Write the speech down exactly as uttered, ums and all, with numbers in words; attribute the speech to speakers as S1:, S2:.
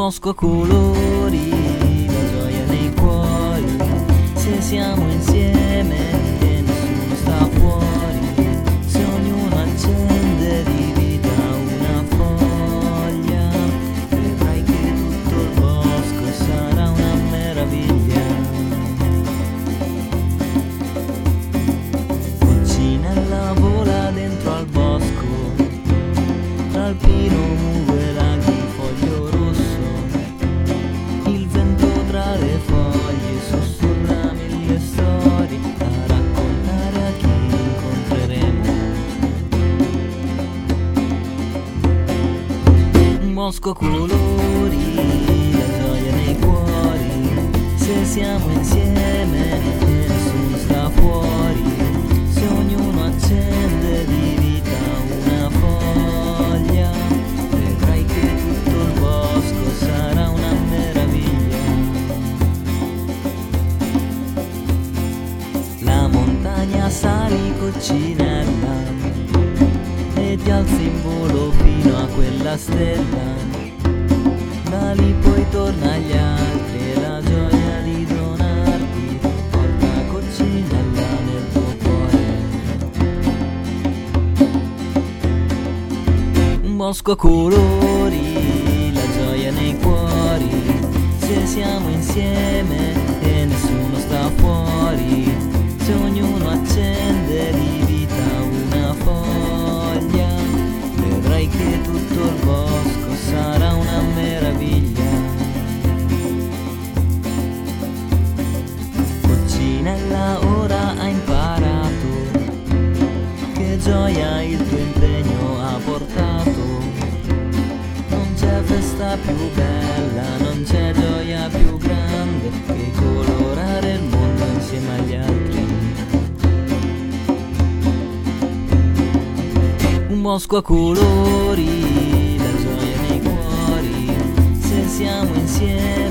S1: bosco a colori, la gioia nei cuori, se siamo insieme e nessuno sta fuori, se ognuno accende di vita una foglia, vedrai che tutto il bosco sarà una meraviglia. Coccinella vola dentro al bosco, tra il pino muove laghi, foglio rosso, il vento tra le foglie sussurra mille storie da raccontare a chi incontreremo. Un bosco a colori, la gioia nei cuori, se siamo insieme e nessuno sta fuori, se ognuno accende di vita una foglia, vedrai che tutto il bosco sarà una meraviglia. La montagna sali coccinella e ti alzi in volo fino a quella stella, da lì poi torna agli altri e la gioia di donarti porta coccinella nel tuo cuore. Un bosco a colori, la gioia nei cuori, se siamo insieme e nessuno sta fuori, se ognuno accende di vita una foglia, vedrai che tutto il bosco sarà una meraviglia. Coccinella ora ha imparato che gioia il tuo impegno ha portato, non c'è festa più bella, non c'è gioia più grande che colorare il mondo insieme agli altri. Un bosco a colori, la gioia nei cuori, se siamo insieme